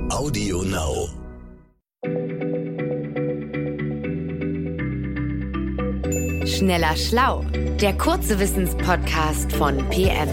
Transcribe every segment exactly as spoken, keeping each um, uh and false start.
Audio Now. Schneller Schlau, der kurze Wissenspodcast von P M.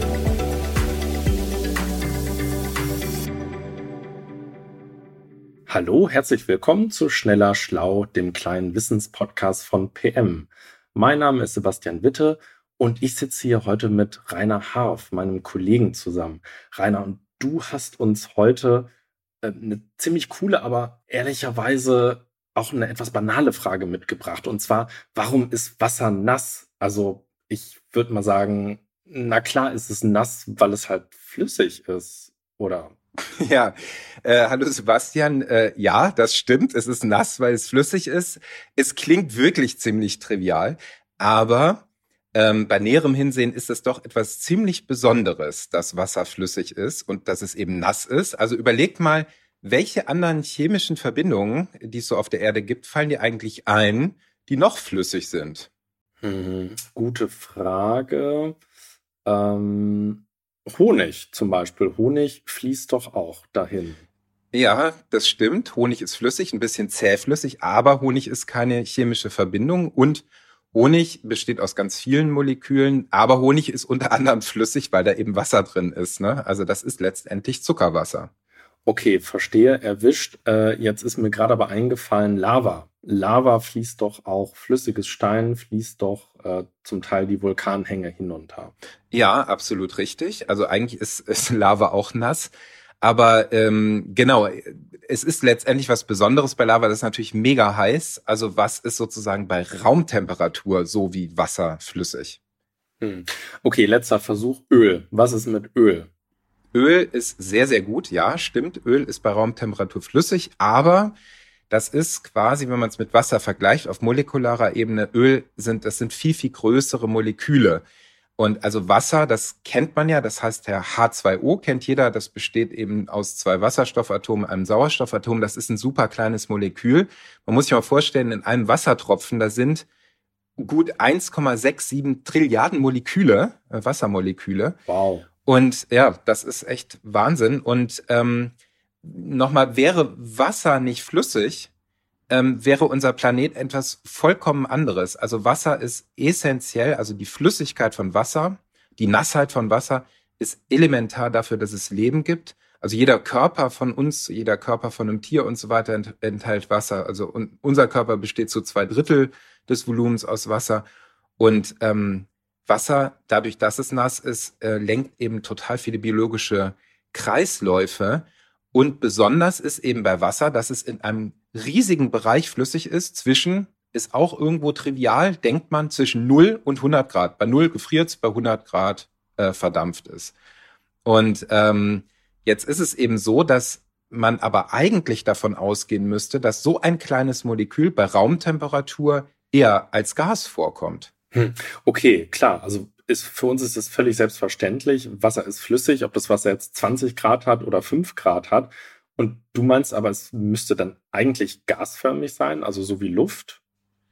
Hallo, herzlich willkommen zu Schneller Schlau, dem kleinen Wissenspodcast von P M. Mein Name ist Sebastian Witte und ich sitze hier heute mit Rainer Harf, meinem Kollegen, zusammen. Rainer, und du hast uns heute äh, eine ziemlich coole, aber ehrlicherweise auch eine etwas banale Frage mitgebracht. Und zwar, warum ist Wasser nass? Also ich würde mal sagen, na klar ist es nass, weil es halt flüssig ist, oder? Ja, äh, hallo Sebastian. Äh, ja, das stimmt. Es ist nass, weil es flüssig ist. Es klingt wirklich ziemlich trivial, aber ähm, bei näherem Hinsehen ist es doch etwas ziemlich Besonderes, dass Wasser flüssig ist und dass es eben nass ist. Also überlegt mal, welche anderen chemischen Verbindungen, die es so auf der Erde gibt, fallen dir eigentlich ein, die noch flüssig sind? Hm, gute Frage. Ähm... Honig zum Beispiel. Honig fließt doch auch dahin. Ja, das stimmt. Honig ist flüssig, ein bisschen zähflüssig, aber Honig ist keine chemische Verbindung und Honig besteht aus ganz vielen Molekülen, aber Honig ist unter anderem flüssig, weil da eben Wasser drin ist, ne? Also das ist letztendlich Zuckerwasser. Okay, verstehe, erwischt. Äh, jetzt ist mir gerade aber eingefallen, Lava. Lava fließt doch auch, flüssiges Stein fließt doch äh, zum Teil die Vulkanhänge hinunter. Ja, absolut richtig. Also eigentlich ist, ist Lava auch nass. Aber ähm, genau, es ist letztendlich was Besonderes bei Lava, das ist natürlich mega heiß. Also was ist sozusagen bei Raumtemperatur so wie Wasser flüssig? Hm. Okay, letzter Versuch, Öl. Was ist mit Öl? Öl ist sehr, sehr gut, ja, stimmt. Öl ist bei Raumtemperatur flüssig, aber das ist quasi, wenn man es mit Wasser vergleicht, auf molekularer Ebene, Öl sind, das sind viel, viel größere Moleküle. Und also Wasser, das kennt man ja, das heißt der H zwei O kennt jeder, das besteht eben aus zwei Wasserstoffatomen, einem Sauerstoffatom, das ist ein super kleines Molekül. Man muss sich mal vorstellen, in einem Wassertropfen, da sind gut eins Komma siebenundsechzig Trilliarden Moleküle, äh, Wassermoleküle. Wow. Und ja, das ist echt Wahnsinn. Und ähm, nochmal, wäre Wasser nicht flüssig, ähm, wäre unser Planet etwas vollkommen anderes. Also Wasser ist essentiell, also die Flüssigkeit von Wasser, die Nassheit von Wasser ist elementar dafür, dass es Leben gibt. Also jeder Körper von uns, jeder Körper von einem Tier und so weiter ent- enthält Wasser. Also un- unser Körper besteht zu zwei Drittel des Volumens aus Wasser. Und ähm, Wasser, dadurch, dass es nass ist, äh, lenkt eben total viele biologische Kreisläufe. Und besonders ist eben bei Wasser, dass es in einem riesigen Bereich flüssig ist. Zwischen, ist auch irgendwo trivial, denkt man, zwischen null und hundert Grad. Bei null gefriert es, bei hundert Grad äh, verdampft es. Und ähm, jetzt ist es eben so, dass man aber eigentlich davon ausgehen müsste, dass so ein kleines Molekül bei Raumtemperatur eher als Gas vorkommt. Hm. Okay, klar. Also ist, für uns ist es völlig selbstverständlich. Wasser ist flüssig, ob das Wasser jetzt zwanzig Grad hat oder fünf Grad hat. Und du meinst aber, es müsste dann eigentlich gasförmig sein, also so wie Luft?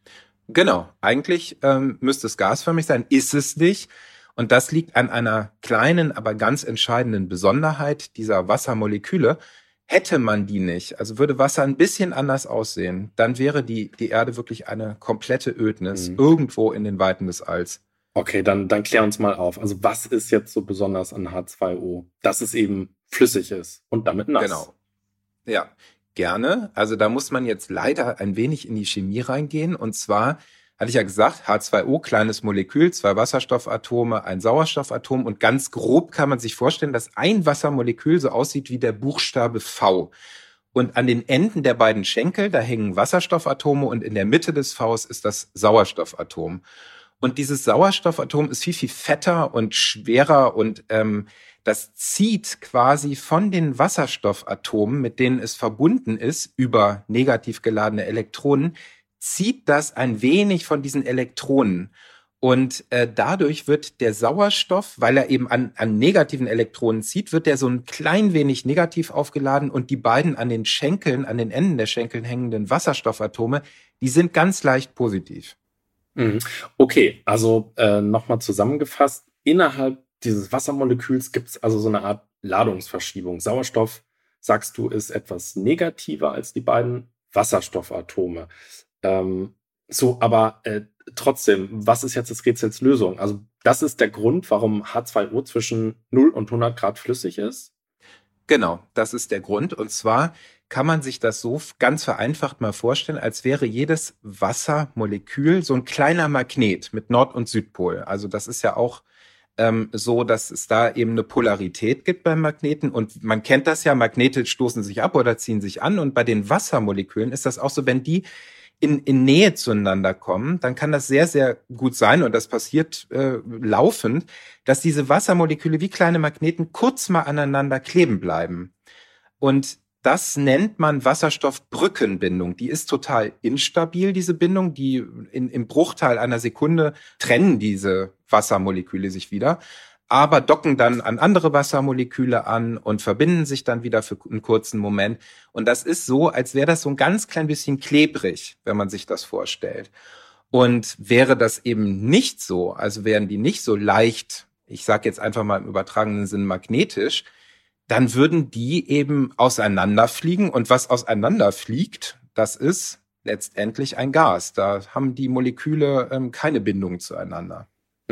Genau, eigentlich ähm, müsste es gasförmig sein, ist es nicht. Und das liegt an einer kleinen, aber ganz entscheidenden Besonderheit dieser Wassermoleküle. Hätte man die nicht, also würde Wasser ein bisschen anders aussehen, dann wäre die, die Erde wirklich eine komplette Ödnis, mhm. irgendwo in den Weiten des Alls. Okay, dann, dann klär uns mal auf. Also was ist jetzt so besonders an H zwei O? Dass es eben flüssig ist und damit nass. Genau. Ja, gerne. Also da muss man jetzt leider ein wenig in die Chemie reingehen. Und zwar, hatte ich ja gesagt, H zwei O, kleines Molekül, zwei Wasserstoffatome, ein Sauerstoffatom. Und ganz grob kann man sich vorstellen, dass ein Wassermolekül so aussieht wie der Buchstabe V. Und an den Enden der beiden Schenkel, da hängen Wasserstoffatome und in der Mitte des Vs ist das Sauerstoffatom. Und dieses Sauerstoffatom ist viel, viel fetter und schwerer und ähm, das zieht quasi von den Wasserstoffatomen, mit denen es verbunden ist, über negativ geladene Elektronen, zieht das ein wenig von diesen Elektronen. Und äh, dadurch wird der Sauerstoff, weil er eben an, an negativen Elektronen zieht, wird der so ein klein wenig negativ aufgeladen und die beiden an den Schenkeln, an den Enden der Schenkeln hängenden Wasserstoffatome, die sind ganz leicht positiv. Okay, also äh, nochmal zusammengefasst, innerhalb dieses Wassermoleküls gibt es also so eine Art Ladungsverschiebung. Sauerstoff sagst du, ist etwas negativer als die beiden Wasserstoffatome. Ähm, so, aber äh, trotzdem, was ist jetzt des Rätsels Lösung? Also das ist der Grund, warum H zwei O zwischen null und hundert Grad flüssig ist? Genau, das ist der Grund. Und zwar kann man sich das so ganz vereinfacht mal vorstellen, als wäre jedes Wassermolekül so ein kleiner Magnet mit Nord- und Südpol. Also das ist ja auch ähm, so, dass es da eben eine Polarität gibt beim Magneten. Und man kennt das ja, Magnete stoßen sich ab oder ziehen sich an. Und bei den Wassermolekülen ist das auch so, wenn die in, in Nähe zueinander kommen, dann kann das sehr, sehr gut sein, und das passiert äh, laufend, dass diese Wassermoleküle wie kleine Magneten kurz mal aneinander kleben bleiben. Und das nennt man Wasserstoffbrückenbindung. Die ist total instabil, diese Bindung. Die in, im Bruchteil einer Sekunde trennen diese Wassermoleküle sich wieder, aber docken dann an andere Wassermoleküle an und verbinden sich dann wieder für einen kurzen Moment. Und das ist so, als wäre das so ein ganz klein bisschen klebrig, wenn man sich das vorstellt. Und wäre das eben nicht so, also wären die nicht so leicht, ich sage jetzt einfach mal im übertragenen Sinn magnetisch, dann würden die eben auseinanderfliegen. Und was auseinanderfliegt, das ist letztendlich ein Gas. Da haben die Moleküle ähm, keine Bindung zueinander.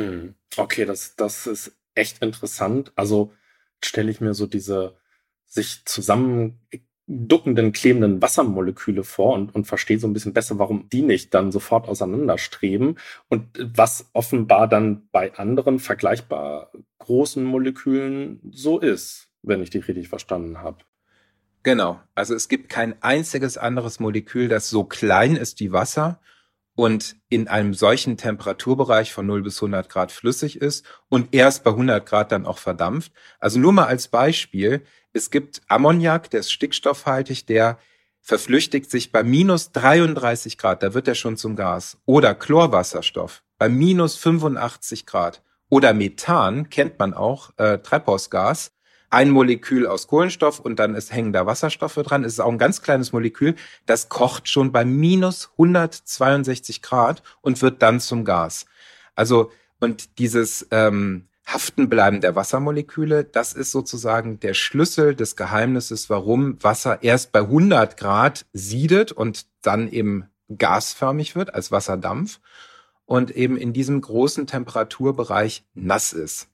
Okay, das, das ist echt interessant. Also stelle ich mir so diese sich zusammen duckenden, klebenden Wassermoleküle vor und, und verstehe so ein bisschen besser, warum die nicht dann sofort auseinanderstreben und was offenbar dann bei anderen vergleichbar großen Molekülen so ist, wenn ich die richtig verstanden habe. Genau, also es gibt kein einziges anderes Molekül, das so klein ist wie Wasser und in einem solchen Temperaturbereich von null bis hundert Grad flüssig ist und erst bei hundert Grad dann auch verdampft. Also nur mal als Beispiel, es gibt Ammoniak, der ist stickstoffhaltig, der verflüchtigt sich bei minus dreiunddreißig Grad, da wird er schon zum Gas. Oder Chlorwasserstoff bei minus fünfundachtzig Grad. Oder Methan, kennt man auch, äh, Treibhausgas. Ein Molekül aus Kohlenstoff und dann ist, hängen da Wasserstoffe dran. Es ist auch ein ganz kleines Molekül, das kocht schon bei minus hundertzweiundsechzig Grad und wird dann zum Gas. Also, und dieses ähm, Haftenbleiben der Wassermoleküle, das ist sozusagen der Schlüssel des Geheimnisses, warum Wasser erst bei hundert Grad siedet und dann eben gasförmig wird als Wasserdampf und eben in diesem großen Temperaturbereich nass ist.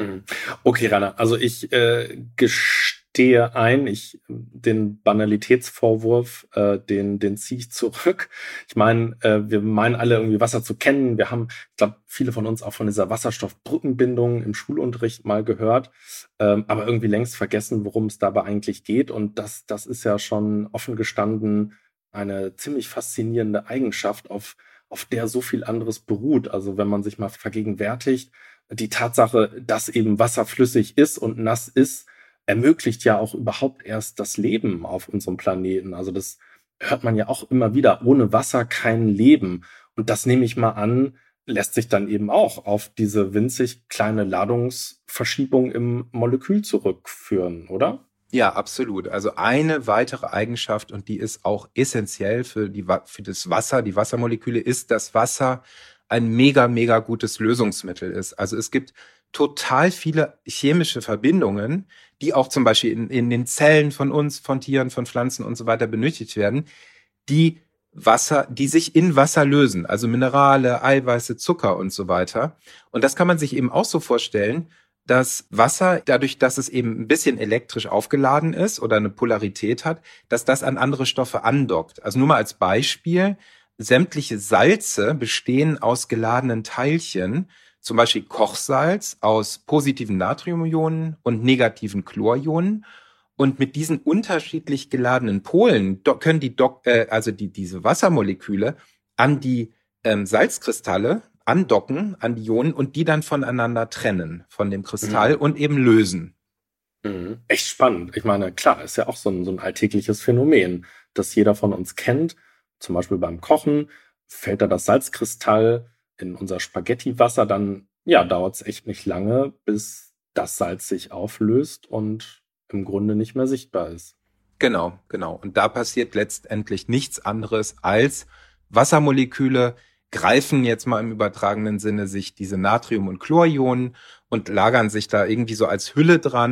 Okay, Rainer, also ich äh, gestehe ein, ich den Banalitätsvorwurf, äh, den den ziehe ich zurück. Ich meine, äh, wir meinen alle irgendwie Wasser zu kennen. Wir haben, ich glaube, viele von uns auch von dieser Wasserstoffbrückenbindung im Schulunterricht mal gehört, ähm, aber irgendwie längst vergessen, worum es dabei eigentlich geht. Und das das ist ja schon offen gestanden eine ziemlich faszinierende Eigenschaft, auf auf der so viel anderes beruht. Also wenn man sich mal vergegenwärtigt, die Tatsache, dass eben Wasser flüssig ist und nass ist, ermöglicht ja auch überhaupt erst das Leben auf unserem Planeten. Also das hört man ja auch immer wieder, ohne Wasser kein Leben. Und das nehme ich mal an, lässt sich dann eben auch auf diese winzig kleine Ladungsverschiebung im Molekül zurückführen, oder? Ja, absolut. Also eine weitere Eigenschaft, und die ist auch essentiell für die, für das Wasser, die Wassermoleküle, ist, dass Wasser ein mega, mega gutes Lösungsmittel ist. Also es gibt total viele chemische Verbindungen, die auch zum Beispiel in, in den Zellen von uns, von Tieren, von Pflanzen und so weiter benötigt werden, die Wasser, die sich in Wasser lösen, also Minerale, Eiweiße, Zucker und so weiter. Und das kann man sich eben auch so vorstellen, dass Wasser, dadurch, dass es eben ein bisschen elektrisch aufgeladen ist oder eine Polarität hat, dass das an andere Stoffe andockt. Also nur mal als Beispiel: Sämtliche Salze bestehen aus geladenen Teilchen, zum Beispiel Kochsalz aus positiven Natriumionen und negativen Chlorionen. Und mit diesen unterschiedlich geladenen Polen do- können die, do- äh, also die diese Wassermoleküle an die ähm, Salzkristalle andocken, an die Ionen, und die dann voneinander trennen, von dem Kristall, mhm. und eben lösen. Mhm. Echt spannend. Ich meine, klar, ist ja auch so ein, so ein alltägliches Phänomen, das jeder von uns kennt. Zum Beispiel beim Kochen fällt da das Salzkristall in unser Spaghettiwasser, dann ja, dauert es echt nicht lange, bis das Salz sich auflöst und im Grunde nicht mehr sichtbar ist. Genau, genau. Und da passiert letztendlich nichts anderes als Wassermoleküle greifen jetzt mal im übertragenen Sinne sich diese Natrium- und Chlorionen und lagern sich da irgendwie so als Hülle dran.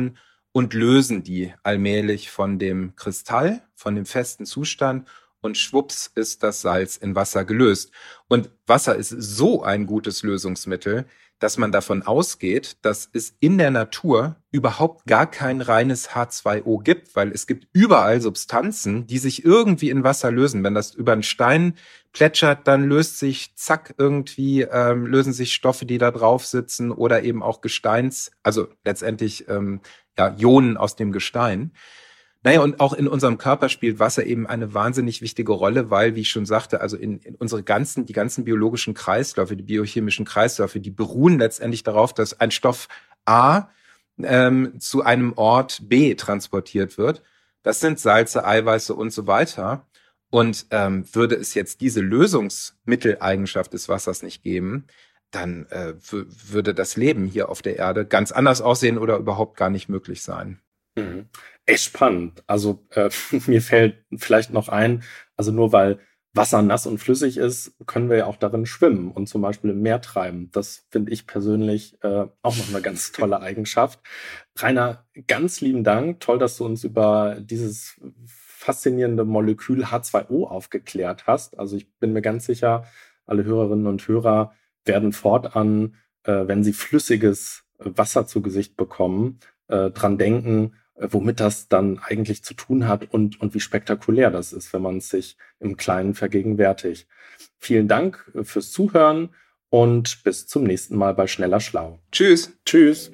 und lösen die allmählich von dem Kristall, von dem festen Zustand, und schwupps ist das Salz in Wasser gelöst. Und Wasser ist so ein gutes Lösungsmittel, dass man davon ausgeht, dass es in der Natur überhaupt gar kein reines H zwei O gibt, weil es gibt überall Substanzen, die sich irgendwie in Wasser lösen. Wenn das über einen Stein plätschert, dann löst sich, zack, irgendwie ähm, lösen sich Stoffe, die da drauf sitzen, oder eben auch Gesteins, also letztendlich ähm, ja, Ionen aus dem Gestein. Naja, und auch in unserem Körper spielt Wasser eben eine wahnsinnig wichtige Rolle, weil, wie ich schon sagte, also in, in unsere ganzen, die ganzen biologischen Kreisläufe, die biochemischen Kreisläufe, die beruhen letztendlich darauf, dass ein Stoff A ähm, zu einem Ort B transportiert wird. Das sind Salze, Eiweiße und so weiter. Und ähm, würde es jetzt diese Lösungsmitteleigenschaft des Wassers nicht geben, dann äh, w- würde das Leben hier auf der Erde ganz anders aussehen oder überhaupt gar nicht möglich sein. Mhm. Echt spannend. Also äh, mir fällt vielleicht noch ein, also nur weil Wasser nass und flüssig ist, können wir ja auch darin schwimmen und zum Beispiel im Meer treiben. Das finde ich persönlich äh, auch noch eine ganz tolle Eigenschaft. Rainer, ganz lieben Dank. Toll, dass du uns über dieses faszinierende Molekül H zwei O aufgeklärt hast. Also ich bin mir ganz sicher, alle Hörerinnen und Hörer werden fortan, äh, wenn sie flüssiges Wasser zu Gesicht bekommen, äh, dran denken, womit das dann eigentlich zu tun hat und, und wie spektakulär das ist, wenn man es sich im Kleinen vergegenwärtigt. Vielen Dank fürs Zuhören und bis zum nächsten Mal bei Schneller Schlau. Tschüss. Tschüss.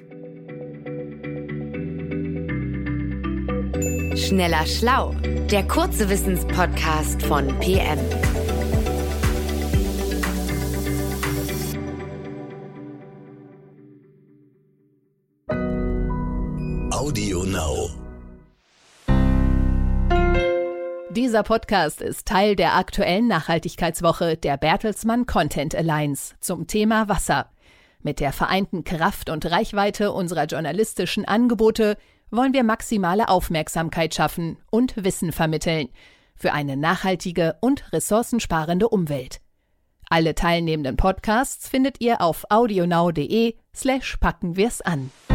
Schneller Schlau, der kurze Wissenspodcast von P M. Audio Now. Dieser Podcast ist Teil der aktuellen Nachhaltigkeitswoche der Bertelsmann Content Alliance zum Thema Wasser. Mit der vereinten Kraft und Reichweite unserer journalistischen Angebote wollen wir maximale Aufmerksamkeit schaffen und Wissen vermitteln für eine nachhaltige und ressourcensparende Umwelt. Alle teilnehmenden Podcasts findet ihr auf audionow.de slash packen wir's an.